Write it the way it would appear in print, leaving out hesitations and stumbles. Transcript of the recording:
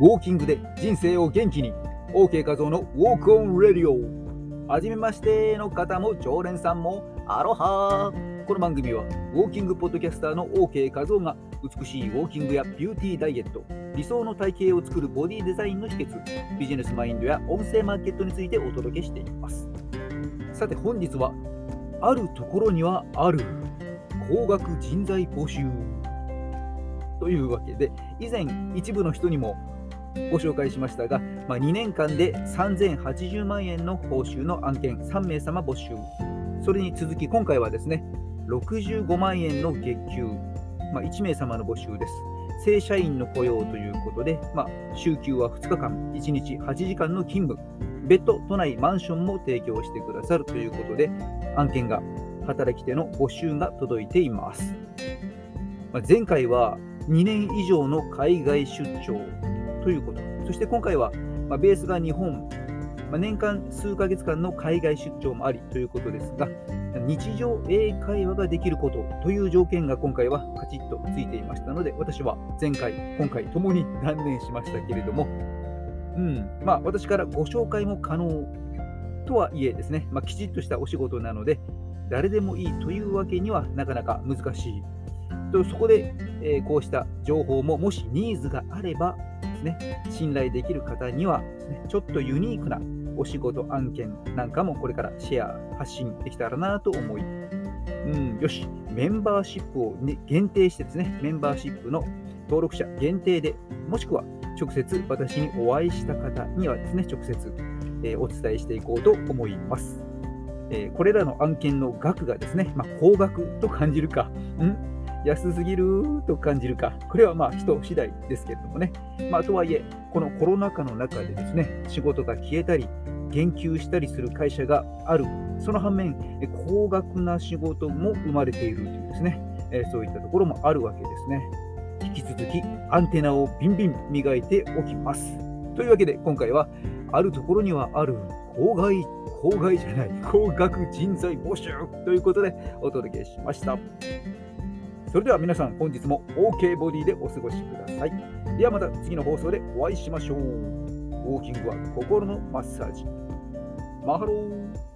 ウォーキングで人生を元気に OK 画像のウォークオンレディオ。はじめましての方も常連さんもアロハ。この番組はウォーキングポッドキャスターの OK 画像が美しいウォーキングやビューティーダイエット、理想の体型を作るボディデザインの秘訣、ビジネスマインドや音声マーケットについてお届けしています。さて本日はあるところにはある高額人材募集というわけで、以前一部の人にもご紹介しましたが、2年間で3080万円の報酬の案件3名様募集。それに続き今回はですね、65万円の月給、1名様の募集です。正社員の雇用ということで、週休は2日間、1日8時間の勤務、別途都内マンションも提供してくださるということで、案件が働き手の募集が届いています。前回は2年以上の海外出張ということ、そして今回はベースが日本、年間数ヶ月間の海外出張もありということですが、日常英会話ができることという条件が今回はカチッとついていましたので、私は前回今回ともに断念しましたけれども、私からご紹介も可能とはいえですね、きちっとしたお仕事なので誰でもいいというわけにはなかなか難しいと、そこで、こうした情報ももしニーズがあればですね、信頼できる方にはですね、ちょっとユニークなお仕事案件なんかもこれからシェア発信できたらなと思い、よし、メンバーシップを、限定してですね、メンバーシップの登録者限定で、もしくは直接私にお会いした方にはですね、直接、お伝えしていこうと思います。これらの案件の額がですね、高額と感じるか、安すぎると感じるか、これは人次第ですけれどもね。とはいえ、このコロナ禍の中でですね、仕事が消えたり、減給したりする会社がある。その反面、高額な仕事も生まれているというですね、そういったところもあるわけですね。引き続きアンテナをビンビン磨いておきます。というわけで今回は、あるところにはある高額人材募集ということでお届けしました。それでは皆さん、本日も OK ボディでお過ごしください。ではまた次の放送でお会いしましょう。ウォーキングは心のマッサージ。マハロー。